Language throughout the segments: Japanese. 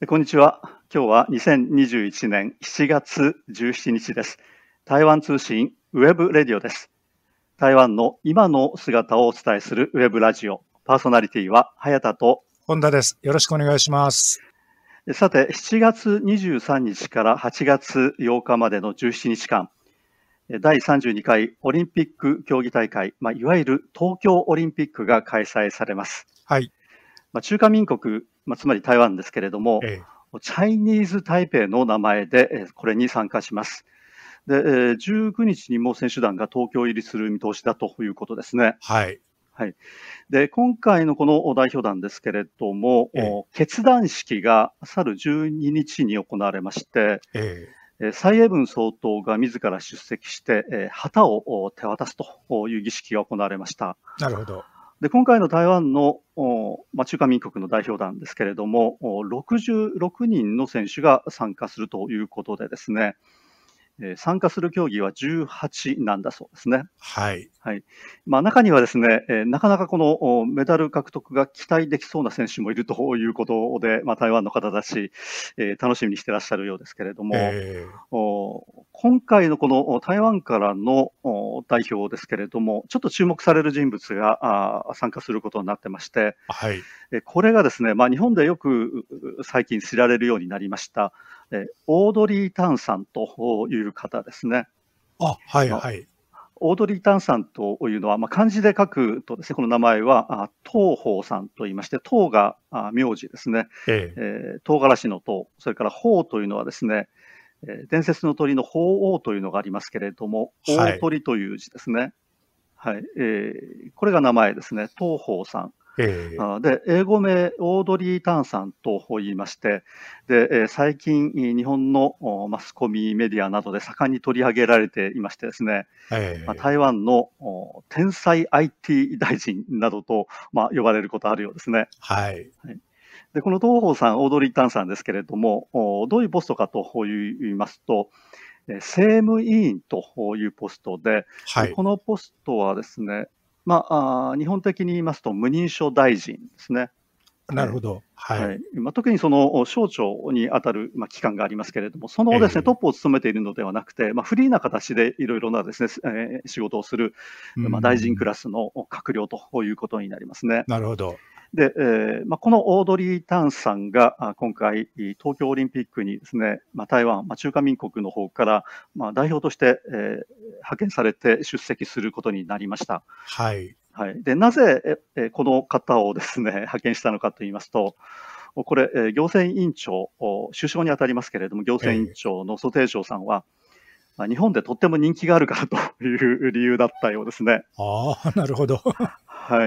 こんにちは。今日は2021年7月17日です。台湾通信ウェブレディオです。台湾の今の姿をお伝えするウェブラジオ。パーソナリティは早田と本田です。よろしくお願いします。 さて、7月23日から8月8日までの17日間、第32回オリンピック競技大会、いわゆる東京オリンピックが開催されます。 はい。 中華民国、つまり台湾ですけれども、チャイニーズ台北の名前でこれに参加します。で、19日にも選手団が東京入りする見通しだということですね。 はい。 はい。で、今回のこの代表団ですけれども、結団式が去る12日に行われまして、蔡英文総統が自ら出席して、旗を手渡すという儀式が行われました。 なるほど。 で、今回の台湾の、中華民国の代表団ですけれども、66人の選手が参加するということでですね、参加する競技は18なんだそうですね。 はい。 はい。中にはですね、なかなかこのメダル獲得が期待できそうな選手もいるということで、台湾の方たち、楽しみにしてらっしゃるようですけれども、今回のこの台湾からの代表ですけれども、ちょっと注目される人物が参加することになってまして、 はい。 これがですね、日本でよく最近知られるようになりました、オードリー・タンさんという方ですね。 はいはい。 オードリー・タンさんというのは、漢字で書くとですね、この名前は東宝さんと言いまして、東が名字ですね。唐辛子の唐、それから宝というのはですね、伝説の鳥の鳳凰というのがありますけれども、大鳥という字ですね。はい。これが名前ですね。東宝さん。で、英語名、オードリー・タンさんと言いまして、で、最近、日本のマスコミメディアなどで盛んに取り上げられていましてですね、台湾の天才 IT 大臣などと、呼ばれることあるようですね。 はい。 で、この東宝さん、オードリー・タンさんですけれども、どういうポストかと言いますと、政務委員というポストで、このポストはですね、日本的に言いますと無認証大臣ですね。 なるほど。 はい。特にその省庁にあたる機関がありますけれども、そのですね、トップを務めているのではなくて、フリーな形でいろいろなですね、仕事をする、大臣クラスの閣僚ということになりますね。 なるほど。 で、このオードリー・タンさんが今回、東京オリンピックにですね、台湾、中華民国の方から、代表として、派遣されて出席することになりました。 はい。 はい。で、なぜ、この方をですね、派遣したのかと言いますと、これ、行政委員長、首相にあたりますけれども、行政委員長の蘇貞昌さんは、日本でとっても人気があるからという理由だったようですね。 なるほど。 はい。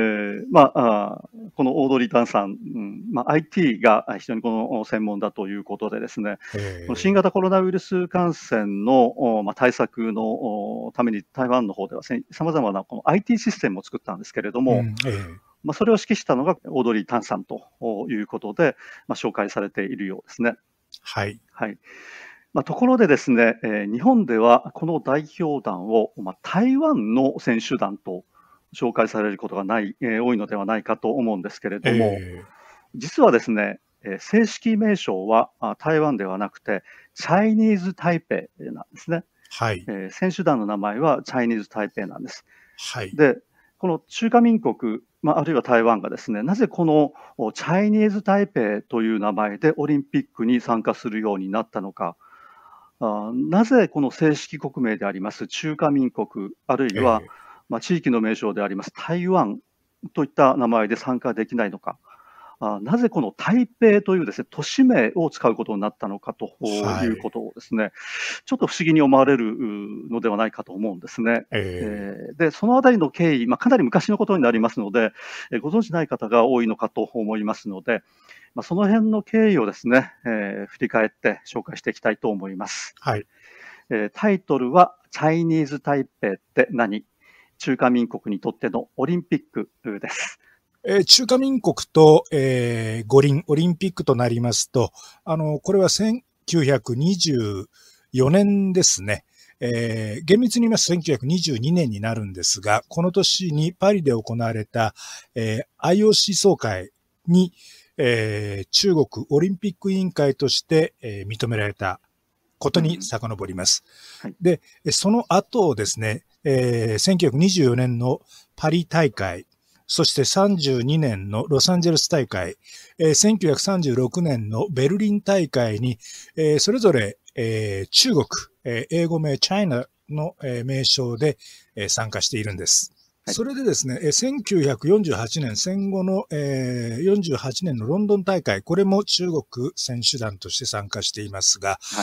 このオードリー・タンさん、IT が非常にこの専門だということでですね、この新型コロナウイルス感染の対策のために台湾の方では様々なこの IT システムを作ったんですけれども、それを指揮したのがオードリー・タンさんということで、紹介されているようですね。 はい。 はい。ところでですね、日本ではこの代表団を、台湾の選手団と紹介されることが多いのではないかと思うんですけれども、実はですね、正式名称は台湾ではなくて、チャイニーズ・台北なんですね。 はい。 選手団の名前はチャイニーズ・台北なんです。 はい。 で、この中華民国、あるいは台湾がですね、なぜこのチャイニーズ・台北という名前でオリンピックに参加するようになったのか、なぜこの正式国名であります中華民国、あるいは、地域の名称であります台湾といった名前で参加できないのか、なぜこの台北というですね、都市名を使うことになったのかということをですね、ちょっと不思議に思われるのではないかと思うんですね。で、そのあたりの経緯、かなり昔のことになりますので、ご存知ない方が多いのかと思いますので、その辺の経緯をですね、振り返って紹介していきたいと思います。 はい。 タイトルは、チャイニーズ・台北って何？中華民国にとってのオリンピックです。 中華民国と、五輪、オリンピックとなりますと、これは1924年ですね。厳密に言いますと1922年になるんですが、この年にパリで行われた、IOC 総会に、 中国オリンピック委員会として、認められたことに遡ります。 はい、 で、その後ですね、1924年のパリ大会、そして32年のロサンゼルス大会、1936年のベルリン大会に、それぞれ、中国、英語名チャイナの、名称で、参加しているんです。それでですね、1948年、戦後の、48年のロンドン大会、これも中国選手団として参加していますが、はい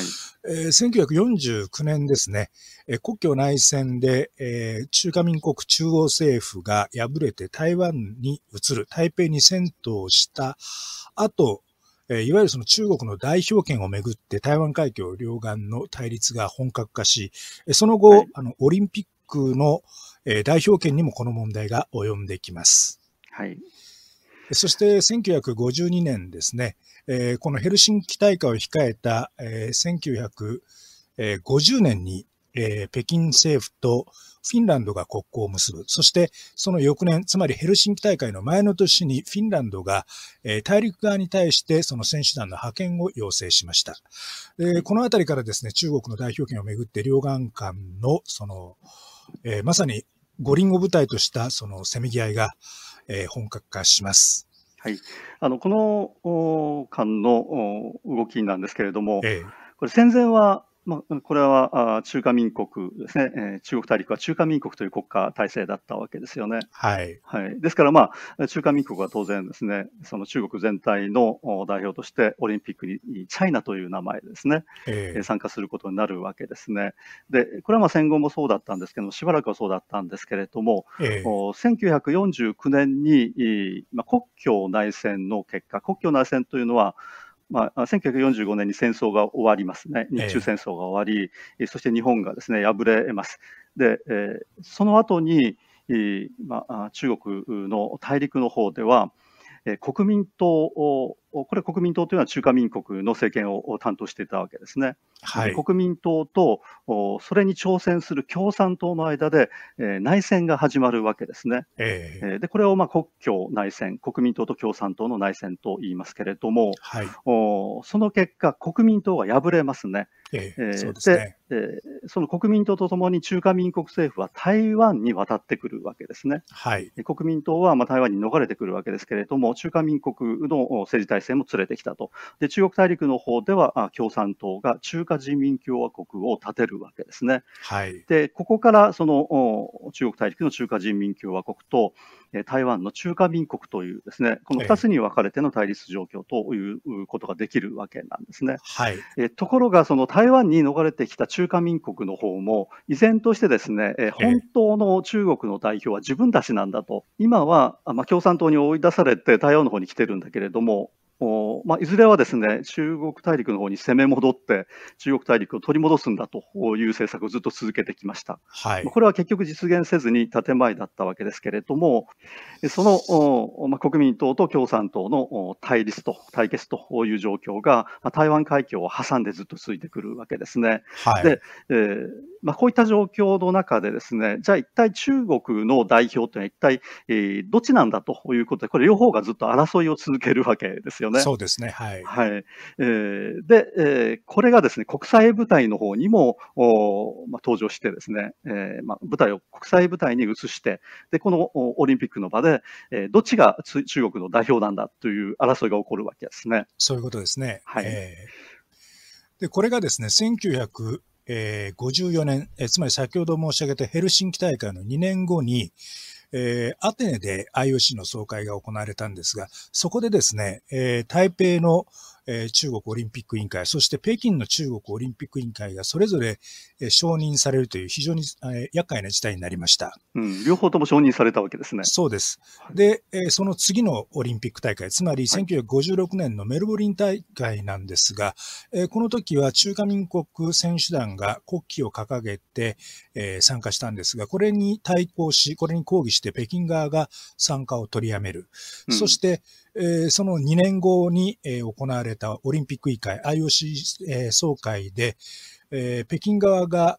、1949年ですね、国共内戦で、中華民国中央政府が敗れて台湾に移る、台北に戦闘した後、いわゆるその中国の代表権をめぐって台湾海峡両岸の対立が本格化し、その後、はい、オリンピックの代表権にもこの問題が及んできます。 はい。 そして1952年ですね、このヘルシンキ大会を控えた、1950年に、北京政府とフィンランドが国交を結ぶ。そしてその翌年、つまりヘルシンキ大会の前の年にフィンランドが、大陸側に対してその選手団の派遣を要請しました。このあたりからですね、中国の代表権をめぐって両岸間のその、まさに五輪を舞台としたそのせめぎ合いが、本格化します。 はい、この間の動きなんですけれども、これ戦前は、これは中華民国ですね、中国大陸は中華民国という国家体制だったわけですよね。 はい。 はい、ですから、中華民国は当然ですね、その中国全体の代表としてオリンピックにチャイナという名前でですね、参加することになるわけですね。で、これは戦後もそうだったんですけども、しばらくはそうだったんですけれども、1949年に、国共内戦の結果、国共内戦というのは、1945年に戦争が終わりますね。日中戦争が終わり、そして日本がですね、敗れます。で、その後に、中国の大陸の方では、国民党、これ国民党というのは中華民国の政権を担当していたわけですね。はい、国民党とそれに挑戦する共産党の間で、内戦が始まるわけですね。でこれを国共内戦、国民党と共産党の内戦と言いますけれども、はい、その結果、国民党が敗れますね。 そうですね。 その国民党とともに中華民国政府は台湾に渡ってくるわけですね。 はい、 国民党は台湾に逃れてくるわけですけれども、中華民国の政治体制も連れてきたと。で、中国大陸の方では共産党が中華人民共和国を立てるわけですね。 はい、でここからその中国大陸の中華人民共和国と台湾の中華民国というですね、この2つに分かれての対立状況ということができるわけなんですね。 はい、 ところが、その台湾に逃れてきた中華民国の方も、依然としてですね、本当の中国の代表は自分たちなんだと。今は、共産党に追い出されて台湾の方に来てるんだけれども、いずれはですね、中国大陸の方に攻め戻って中国大陸を取り戻すんだという政策をずっと続けてきました。 はい、 これは結局実現せずに建前だったわけですけれども、その国民党と共産党の対決という状況が台湾海峡を挟んでずっと続いてくるわけですね。 はい、 で、こういった状況の中でですね、じゃあ一体中国の代表というのは一体、どっちなんだということで、これ両方がずっと争いを続けるわけですよね。 そうですね。はい。 はい。で、これがですね、国際舞台の方にも登場してですね、舞台を国際舞台に移して、で、このオリンピックの場で、どっちが中国の代表なんだという争いが起こるわけですね。 そういうことですね。 はい。 で、これがですね、1954年、つまり先ほど申し上げたヘルシンキ大会の2年後に、アテネで IOC の総会が行われたんですが、そこでですね、台北の中国オリンピック委員会、そして北京の中国オリンピック委員会がそれぞれ承認されるという非常に厄介な事態になりました。 両方とも承認されたわけですね。 そうです。で、その次のオリンピック大会、つまり1956年のメルボルン大会なんですが、この時は中華民国選手団が国旗を掲げて参加したんですが、これに対抗し、これに抗議して北京側が参加を取りやめる。そして、その2年後に行われたオリンピック委員会 IOC 総会で、北京側が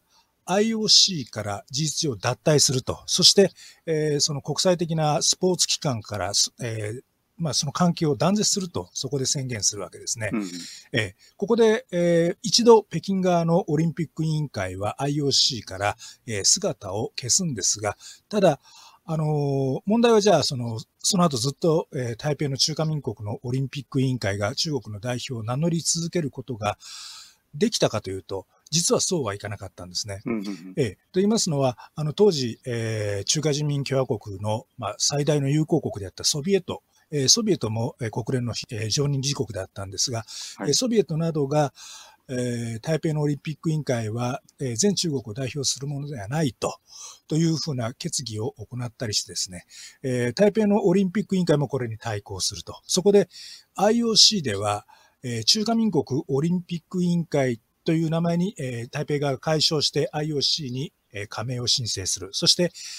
IOC から事実上脱退すると。そして、その国際的なスポーツ機関から、 その関係を断絶すると、そこで宣言するわけですね。 うん。 ここで、一度北京側のオリンピック委員会は IOC から、姿を消すんですが、ただ、問題はじゃあ、その後ずっと、台北の中華民国のオリンピック委員会が中国の代表を名乗り続けることができたかというと、実はそうはいかなかったんですね。 うん。 と言いますのは、当時、中華人民共和国の、最大の友好国であったソビエトも、国連の、常任理事国だったんですが、 はい。 ソビエトなどが、台北のオリンピック委員会は、全中国を代表するものではないというふうな決議を行ったりしてですね、台北のオリンピック委員会もこれに対抗すると。そこで IOC では、中華民国オリンピック委員会という名前に、台北側が解消して IOC に加盟を申請する。そして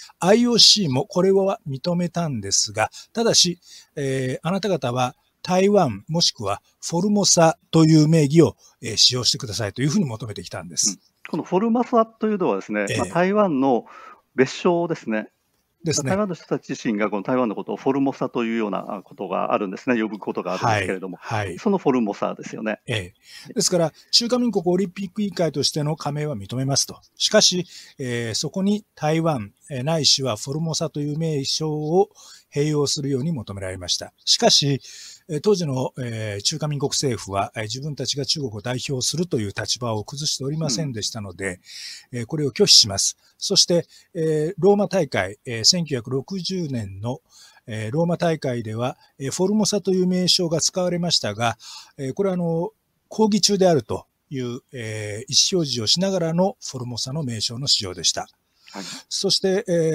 IOC もこれは認めたんですが、ただし、あなた方は台湾もしくはフォルモサという名義を使用してくださいというふうに求めてきたんです。 このフォルモサというのはですね、台湾の別称ですね。台湾の人たち自身がこの台湾のことをフォルモサというようなことがあるんですね。呼ぶことがあるんですけれども、そのフォルモサですよね。 ですから、中華民国オリンピック委員会としての加盟は認めますと。しかし、そこに台湾ないしはフォルモサという名称を併用するように求められました。しかし、当時の中華民国政府は自分たちが中国を代表するという立場を崩しておりませんでしたので、これを拒否します。そして、ローマ大会、1960年のローマ大会では、フォルモサという名称が使われましたが、これは抗議中であるという、意思表示をしながらのフォルモサの名称の使用でした。そして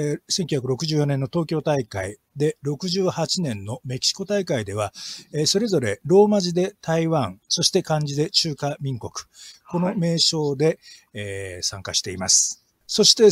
、1964年の東京大会で、68年のメキシコ大会では、それぞれローマ字で台湾、そして漢字で中華民国、この名称で、参加しています。そして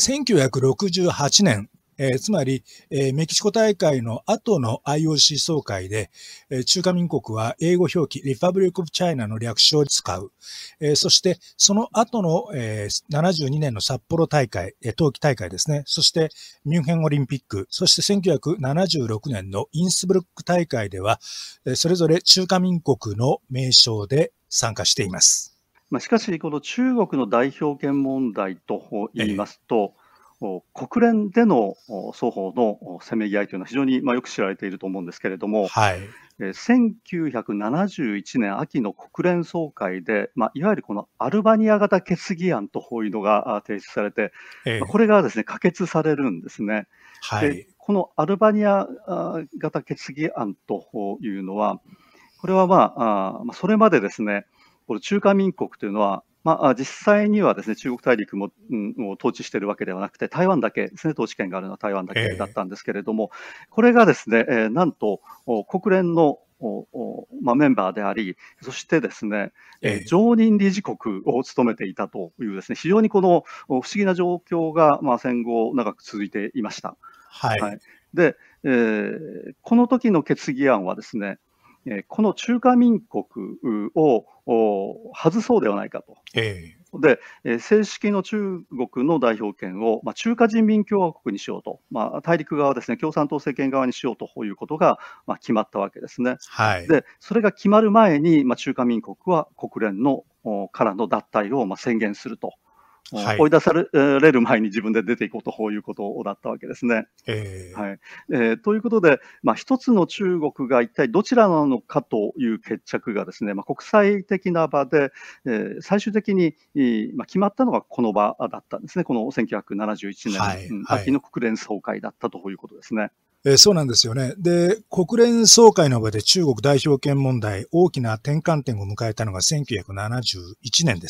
1968年、つまり、メキシコ大会の後の IOC 総会で、中華民国は英語表記 Republic of China の略称を使う。そして、その後の、72年の札幌大会、冬季大会ですね。そして、ミュンヘンオリンピック、そして1976年のインスブルック大会では、それぞれ中華民国の名称で参加しています。 しかし、この中国の代表権問題と言いますと、国連での双方のせめぎ合いというのは非常によく知られていると思うんですけれども、1971年秋の国連総会で、いわゆるこのアルバニア型決議案というのが提出されて、これがですね、可決されるんですね。でこのアルバニア型決議案というのは、これはそれまでですね、この中華民国というのは、実際にはですね、中国大陸も、統治しているわけではなくて、台湾だけですね、統治権があるのは台湾だけだったんですけれども、これがですね、なんと国連のメンバーであり、そしてですね、常任理事国を務めていたというですね、非常にこの不思議な状況が戦後長く続いていました。で、この時の決議案はですね、この中華民国を外そうではないかと。で、正式の中国の代表権を、中華人民共和国にしようと、大陸側ですね、共産党政権側にしようということが、決まったわけですね。で、それが決まる前に、中華民国は国連のからの脱退を宣言すると。追い出される前に自分で出ていこうということだったわけですね。ということで、一つの中国が一体どちらなのかという決着がですね、国際的な場で、最終的に、決まったのがこの場だったんですね。この1971年、秋の国連総会だったということですね。 そうなんですよね。で、国連総会の場で中国代表権問題、大きな転換点を迎えたのが1971年です。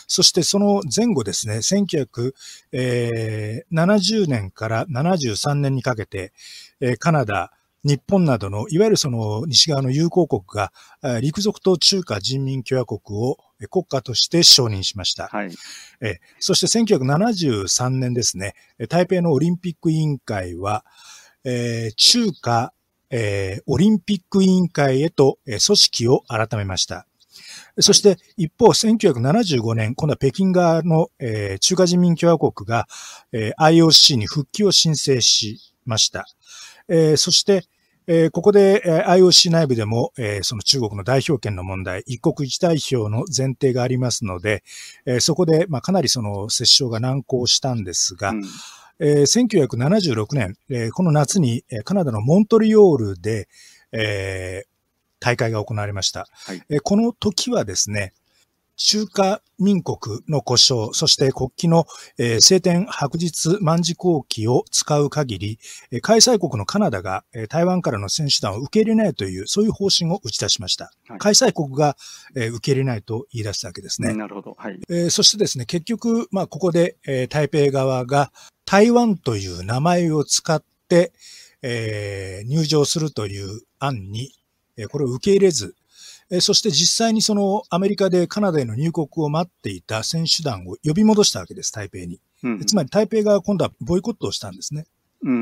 そしてその前後ですね、1970年から73年にかけて、カナダ、日本などの、いわゆるその西側の友好国が、陸続と中華人民共和国を国家として承認しました。そして1973年ですね、台北のオリンピック委員会は、中華、オリンピック委員会へと、組織を改めました。そして一方、1975年、今度は北京側の、中華人民共和国が、IOC に復帰を申請しました。そして、 ここで、IOC 内部でも、その中国の代表権の問題、一国一代表の前提がありますので、そこで、かなりその折衝が難航したんですが、1976年、この夏にカナダのモントリオールで、大会が行われました。 はい、 この時はですね、中華民国の呼称、そして国旗の、青天白日卍国旗を使う限り、開催国のカナダが、台湾からの選手団を受け入れないという、そういう方針を打ち出しました。はい、開催国が、受け入れないと言い出したわけですね。 なるほど。はい。 そしてですね、結局、ここで、台北側が台湾という名前を使って、入場するという案に、これを受け入れず、そして実際にそのアメリカでカナダへの入国を待っていた選手団を呼び戻したわけです、台北に。つまり台北が今度はボイコットをしたんですね。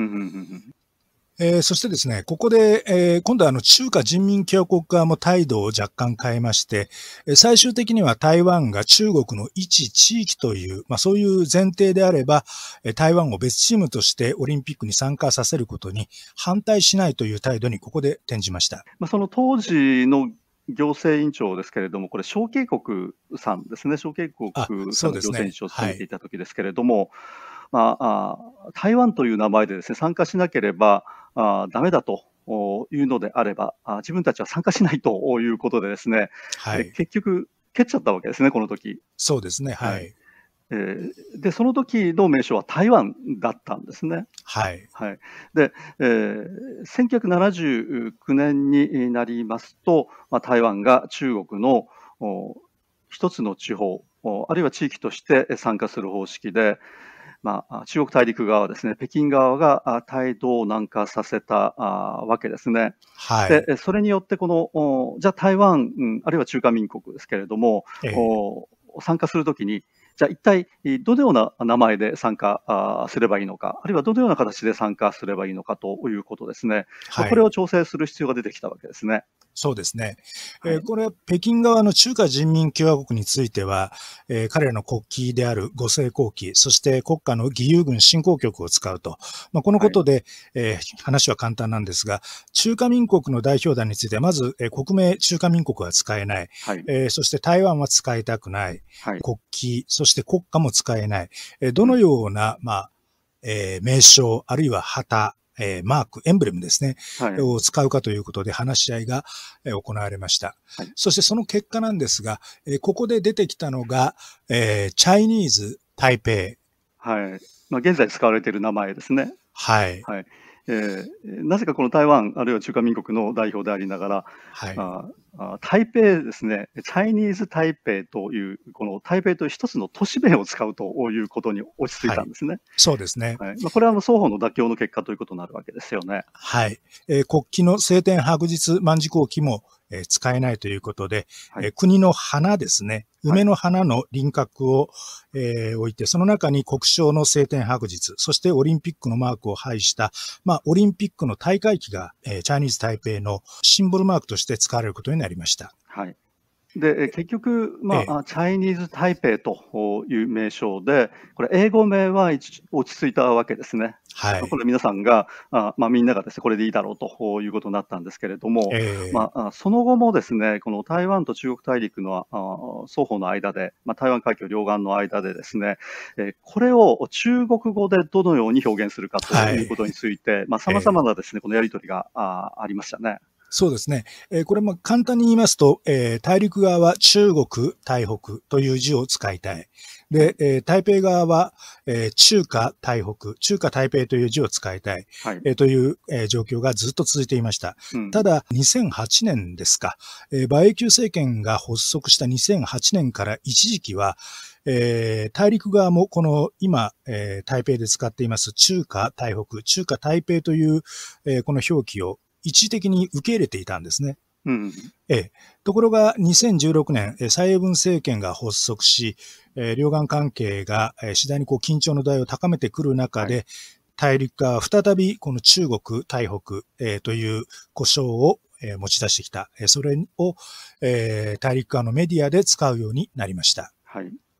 そしてですね、ここで、今度は中華人民共和国側も態度を若干変えまして、最終的には台湾が中国の一地域という、そういう前提であれば、台湾を別チームとしてオリンピックに参加させることに反対しないという態度にここで転じました。 その当時の行政委員長ですけれども、これ、蒋介国さんですね、蒋介国さんの行政委員長を務めていた時ですけれども、台湾という名前でですね、参加しなければダメだというのであれば、自分たちは参加しないということでですね、結局、蹴っちゃったわけですね、この時。 そうですね、はい。 で、その時の名称は台湾だったんですね。 はい。 はい。で、1979年になりますと、台湾が中国の一つの地方、あるいは地域として参加する方式で、中国大陸側はですね、北京側が態度を軟化させたわけですね。 はい。 で、それによってこの、じゃあ台湾、あるいは中華民国ですけれども、参加するときに、じゃあ一体どのような名前で参加すればいいのか、あるいはどのような形で参加すればいいのかということですね。これを調整する必要が出てきたわけですね。 そうですね。これは北京側の中華人民共和国については、彼らの国旗である五星国旗、そして国家の義勇軍振興局を使うと。このことで、話は簡単なんですが、中華民国の代表団については、まず、国名中華民国は使えない。そして台湾は使いたくない。国旗、そして国家も使えない。どのような、名称、あるいは旗、マーク、エンブレムですね、を使うかということで話し合いが行われました。そしてその結果なんですが、ここで出てきたのが、チャイニーズ・台北。 はい。現在使われている名前ですね。 はい。 なぜかこの台湾、あるいは中華民国の代表でありながら、台北ですね、チャイニーズ台北という、この台北という一つの都市名を使うということに落ち着いたんですね。 そうですね。 これは双方の妥協の結果ということになるわけですよね。 はい。国旗の青天白日卍国旗も使えないということで、国の花ですね。梅の花の輪郭を、置いて、その中に国章の青天白日、そしてオリンピックのマークを配した、オリンピックの大会旗が、チャイニーズ台北のシンボルマークとして使われることになりました。 はい。で、結局、チャイニーズ台北という名称で、これ英語名は落ち着いたわけですね。これ皆さんが、みんながですね、これでいいだろうということになったんですけれども、その後もですね、この台湾と中国大陸の双方の間で、台湾海峡両岸の間でですね、これを中国語でどのように表現するかということについて、様々なですね、このやり取りがありましたね。 そうですね。これも簡単に言いますと、大陸側は中国、台北という字を使いたい。で、台北側は、中華、台北、中華台北という字を使いたい。という、状況がずっと続いていました。ただ、2008年ですか、馬英九政権が発足した2008年から一時期は、大陸側もこの今、台北で使っています中華、台北、中華台北という、この表記を一時的に受け入れていたんですね。ところが2016年、蔡英文政権が発足し、両岸関係が次第に緊張の度合いを高めてくる中で、大陸が再びこの中国、台北、という呼称を持ち出してきた。それを、大陸側のメディアで使うようになりました。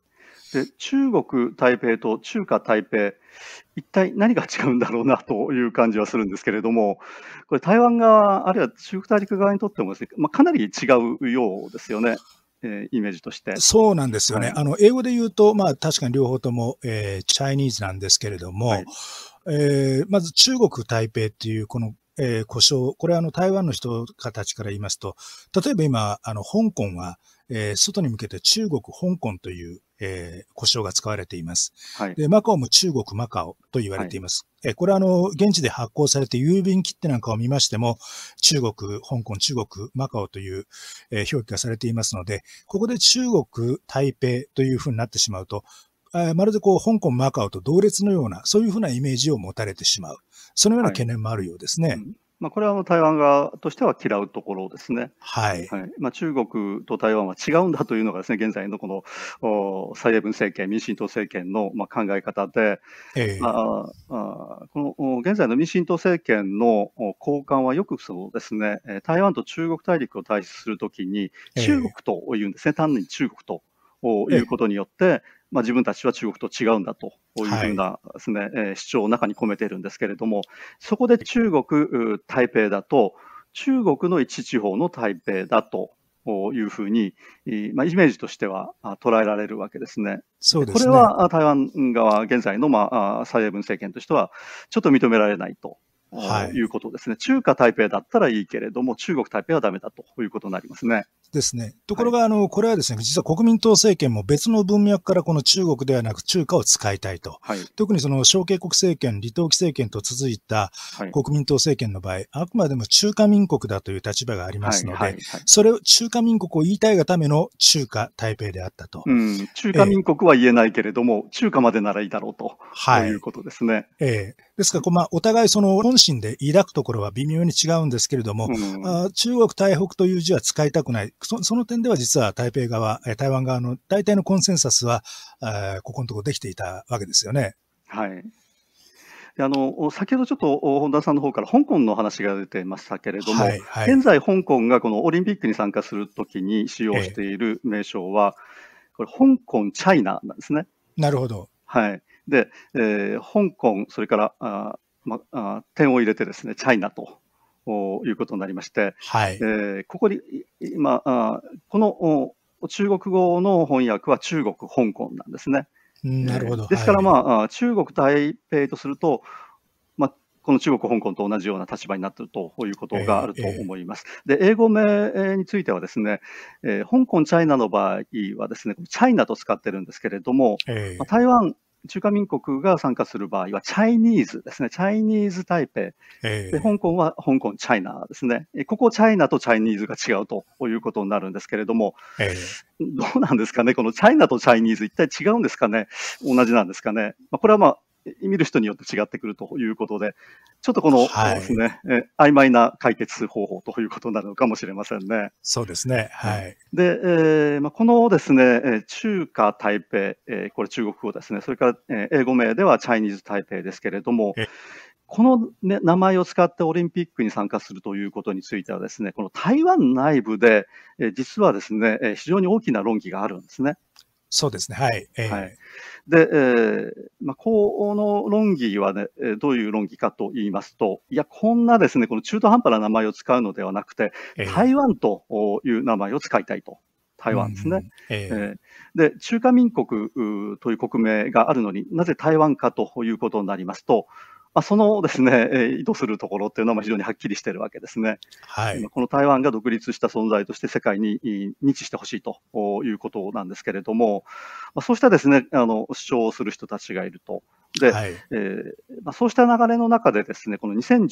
で、中国台北と中華台北、一体何が違うんだろうなという感じはするんですけれども、これ台湾側、あるいは中国大陸側にとってもですね、かなり違うようですよね、イメージとして。 そうなんですよね。 はい。 英語で言うと、確かに両方とも、チャイニーズなんですけれども、 はい。 まず中国台北っていうこの、呼称、これ台湾の人たちから言いますと、例えば今、香港は、外に向けて中国香港という、呼称が使われています。 はい。 で、マカオも中国マカオと言われています。これは現地で発行されて郵便切手なんかを見ましても、中国、香港、中国、マカオという、表記がされていますので、ここで中国、台北というふうになってしまうと、まるで香港、マカオと同列のような、そういうふうなイメージを持たれてしまう。そのような懸念もあるようですね。 これは台湾側としては嫌うところですね。 はい。 はい。中国と台湾は違うんだというのがですね、現在のこの蔡英文政権、民進党政権の考え方で、この現在の民進党政権の高官はよくそうですね、台湾と中国大陸を対峙するときに、中国と言うんですね、単に中国ということによって、自分たちは中国と違うんだというふうなですね、主張を中に込めているんですけれども、そこで中国、台北だと、中国の一地方の台北だというふうに、イメージとしては捉えられるわけですね。 そうですね。 これは台湾側、現在の蔡英文政権としては、ちょっと認められないと。いうことですね。中華台北だったらいいけれども、中国台北はダメだということになりますね。 ですね。ところが、これはですね、実は国民党政権も別の文脈からこの中国ではなく中華を使いたいと。特にその小慶国政権、李登輝政権と続いた国民党政権の場合、あくまでも中華民国だという立場がありますので、それを中華民国を言いたいがための中華台北であったと。 中華民国は言えないけれども、中華までならいいだろうということですね。 ですから、お互いその本心で抱くところは微妙に違うんですけれども、中国台北という字は使いたくない。その点では実は台湾側の大体のコンセンサスは、ここのところできていたわけですよね。 はい。先ほどちょっと本田さんの方から香港の話が出てましたけれども、現在香港がこのオリンピックに参加するときに使用している名称は、これ香港チャイナなんですね。 なるほど。 はい。で、香港、それから点を入れてですね、チャイナということになりまして、ここに今この中国語の翻訳は中国、香港なんですね。 なるほど。 ですから中国台北とすると、この中国、香港と同じような立場になっているということがあると思います。で、英語名についてはですね、香港、チャイナの場合はですね、チャイナと使ってるんですけれども、台湾、中華民国が参加する場合は、チャイニーズですね、チャイニーズ台北。で、香港は香港、チャイナですね。ここ、チャイナとチャイニーズが違うということになるんですけれども、どうなんですかね、このチャイナとチャイニーズ、一体違うんですかね、同じなんですかね。これは見る人によって違ってくるということで、ちょっとこのですね、曖昧な解決方法ということになるのかもしれませんね。 そうですね。はい。 で、このですね、中華台北、これ中国語ですね。それから、英語名ではチャイニーズ台北ですけれども、この、名前を使ってオリンピックに参加するということについてはですね、この台湾内部で、実はですね、非常に大きな論議があるんですね。 そうですね。はい。 で、この論議はね、どういう論議かと言いますと、いや、こんなですね、この中途半端な名前を使うのではなくて、台湾という名前を使いたいと。台湾ですね。で、中華民国という国名があるのになぜ台湾かということになりますと、そのですね、意図するところっていうのは非常にはっきりしているわけですね。この台湾が独立した存在として世界に認知してほしいということなんですけれども、そうしたですね、主張をする人たちがいると。で、そうした流れの中でですね、この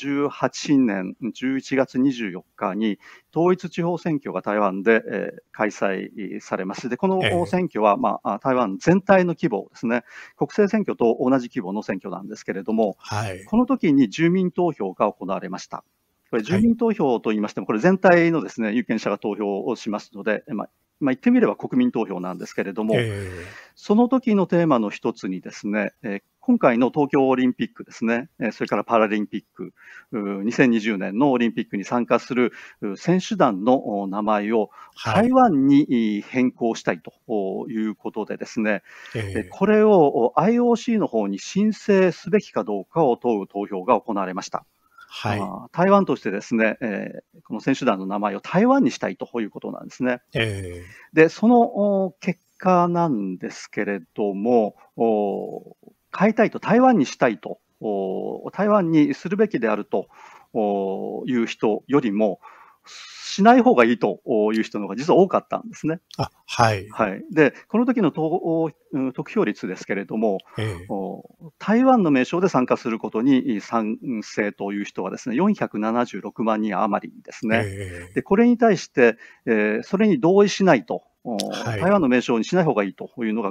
2018年11月24日に統一地方選挙が台湾で、開催されます。で、この選挙は、台湾全体の規模ですね、国政選挙と同じ規模の選挙なんですけれども、この時に住民投票が行われました。これ住民投票と言いましても、これ全体のですね、有権者が投票をしますので、言ってみれば国民投票なんですけれども、その時のテーマの一つにですね、 今回の東京オリンピックですね、それからパラリンピック、2020年のオリンピックに参加する選手団の名前を台湾に変更したいということでですね、これを IOC の方に申請すべきかどうかを問う投票が行われました。はい、台湾としてですね、この選手団の名前を台湾にしたいということなんですね。で、その結果なんですけれども、変えたいと、台湾にしたいと、台湾にするべきであるという人よりも、しない方がいいという人の方が実は多かったんですね。 はい。 はい。で、この時の得票率ですけれども、台湾の名称で参加することに賛成という人はですね、476万人余りですね。で、これに対して、それに同意しないと、台湾の名称にしない方がいいというのが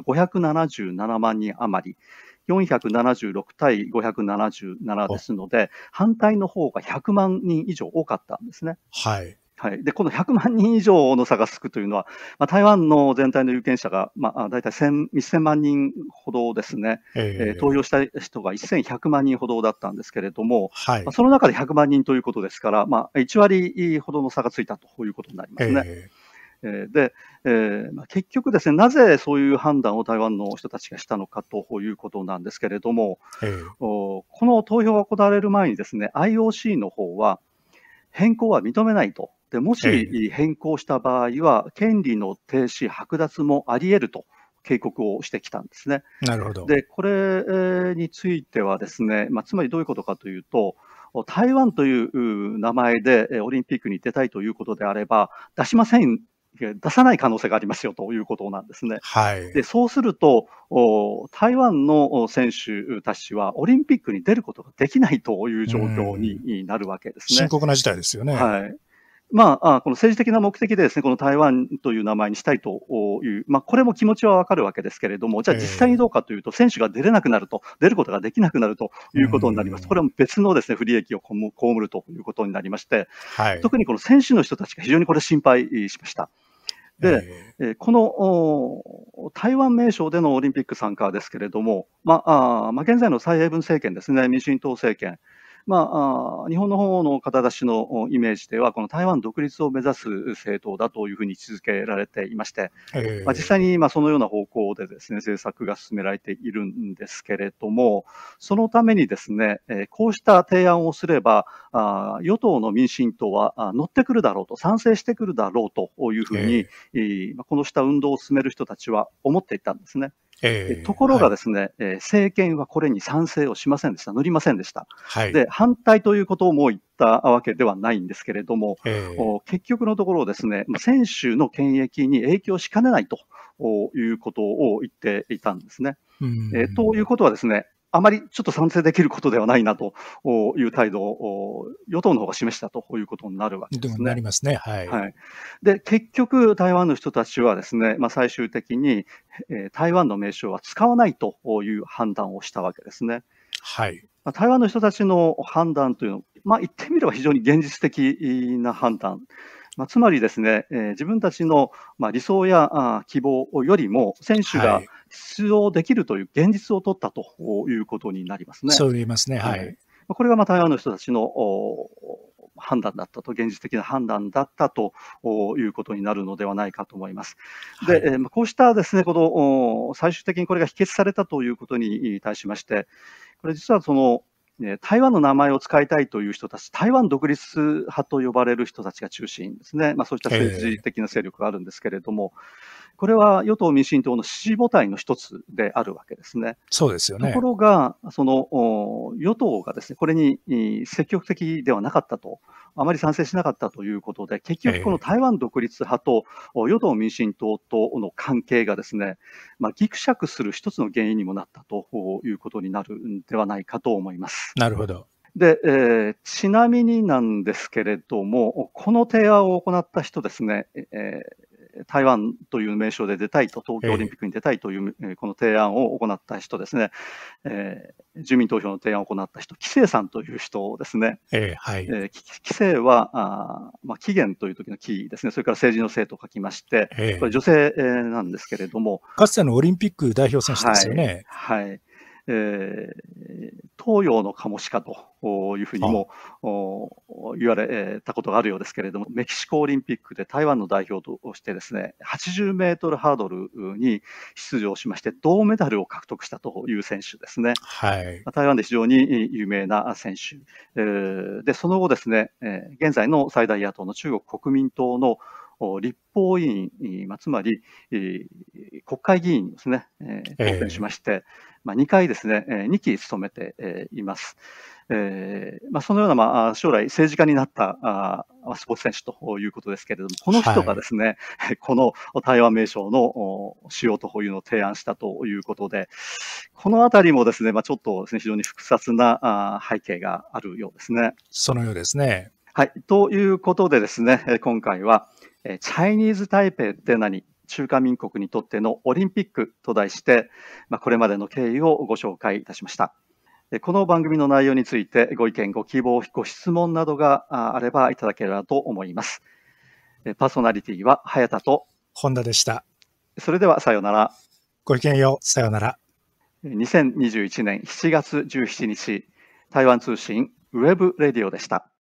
577万人余り。476対577ですので、反対の方が100万人以上多かったんですね。 はい。 はい。で、この100万人以上の差がつくというのは、台湾の全体の有権者が、だいたい1000万人ほどですね、投票した人が1100万人ほどだったんですけれども、その中で100万人ということですから、1割ほどの差がついたということになりますね。で、結局ですね、なぜそういう判断を台湾の人たちがしたのかということなんですけれども、この投票が行われる前にですね、IOC の方は変更は認めないと。で、もし変更した場合は、権利の停止、剥奪もあり得ると警告をしてきたんですね。 なるほど。 で、これについてはですね、つまりどういうことかというと、台湾という名前でオリンピックに出たいということであれば、出さない可能性がありますよということなんですね。 はい。 で、そうすると、台湾の選手たちはオリンピックに出ることができないという状況になるわけですね。 深刻な事態ですよね。 はい。この政治的な目的でですね、この台湾という名前にしたいという、これも気持ちはわかるわけですけれども、じゃあ実際にどうかというと、選手が出れなくなると、出ることができなくなるということになります。これは別のですね、不利益を被るということになりまして、特にこの選手の人たちが非常にこれ心配しました。で、この台湾名称でのオリンピック参加ですけれども、現在の蔡英文政権ですね、民進党政権、日本の方の方たちのイメージでは、この台湾独立を目指す政党だというふうに位置づけられていまして、実際にそのような方向でですね、政策が進められているんですけれども、そのためにですね、こうした提案をすれば、与党の民進党は乗ってくるだろうと、賛成してくるだろうというふうに、このした運動を進める人たちは思っていたんですね。ところがですね、政権はこれに賛成をしませんでした。乗りませんでした。で、反対ということをも言ったわけではないんですけれども、結局のところですね、選手の権益に影響しかねないということを言っていたんですね。ということはですね、あまりちょっと賛成できることではないなという態度を与党の方が示したということになるわけですね。 なりますね。はい。 で、結局、台湾の人たちはですね、最終的に、台湾の名称は使わないという判断をしたわけですね。 はい。 台湾の人たちの判断というのは、言ってみれば非常に現実的な判断。つまりですね、自分たちの理想や希望よりも選手が出場できるという現実を取ったということになりますね。 そう言いますね。はい。 これが台湾の人たちの判断だったと、現実的な判断だったということになるのではないかと思います。で、こうしたですね、この最終的にこれが否決されたということに対しまして、これ実は台湾の名前を使いたいという人たち、台湾独立派と呼ばれる人たちが中心ですね。そういった政治的な勢力があるんですけれども、これは与党・民進党の支持母体の一つであるわけですね。 そうですよね。 ところが、与党がですね、これに積極的ではなかったと、あまり賛成しなかったということで、結局この台湾独立派と与党・民進党との関係がですね、ぎくしゃくする一つの原因にもなったということになるんではないかと思います。 なるほど。 で、ちなみになんですけれども、この提案を行った人ですね、台湾という名称で出たいと、東京オリンピックに出たいという、この提案を行った人ですね、住民投票の提案を行った人、紀清さんという人ですね。紀清は起源という時の紀ですね、それから政治の政と書きまして、これ女性なんですけれども。 かつてのオリンピック代表選手ですよね。 はい。 東洋のカモシカというふうにも言われたことがあるようですけれども、メキシコオリンピックで台湾の代表としてですね、80メートルハードルに出場しまして、銅メダルを獲得したという選手ですね。 はい。 台湾で非常に有名な選手。で、その後ですね、現在の最大野党の中国国民党の立法委員、つまり、国会議員ですね、当選しまして、2回ですね、2期務めています。そのような、将来政治家になったスポーツ選手ということですけれども、この人がですね、この台湾名称の使用というのを提案したということで、このあたりもですね、ちょっとですね、非常に複雑な背景があるようですね。 そのようですね。 はい。ということでですね、今回は、チャイニーズ台北って何？中華民国にとってのオリンピックと題して、これまでの経緯をご紹介いたしました。この番組の内容についてご意見、ご希望、ご質問などがあればいただければと思います。パーソナリティは早田と本田でした。 それではさようなら。 ごきげんよう。さようなら。 2021年7月17日、台湾通信ウェブレディオでした。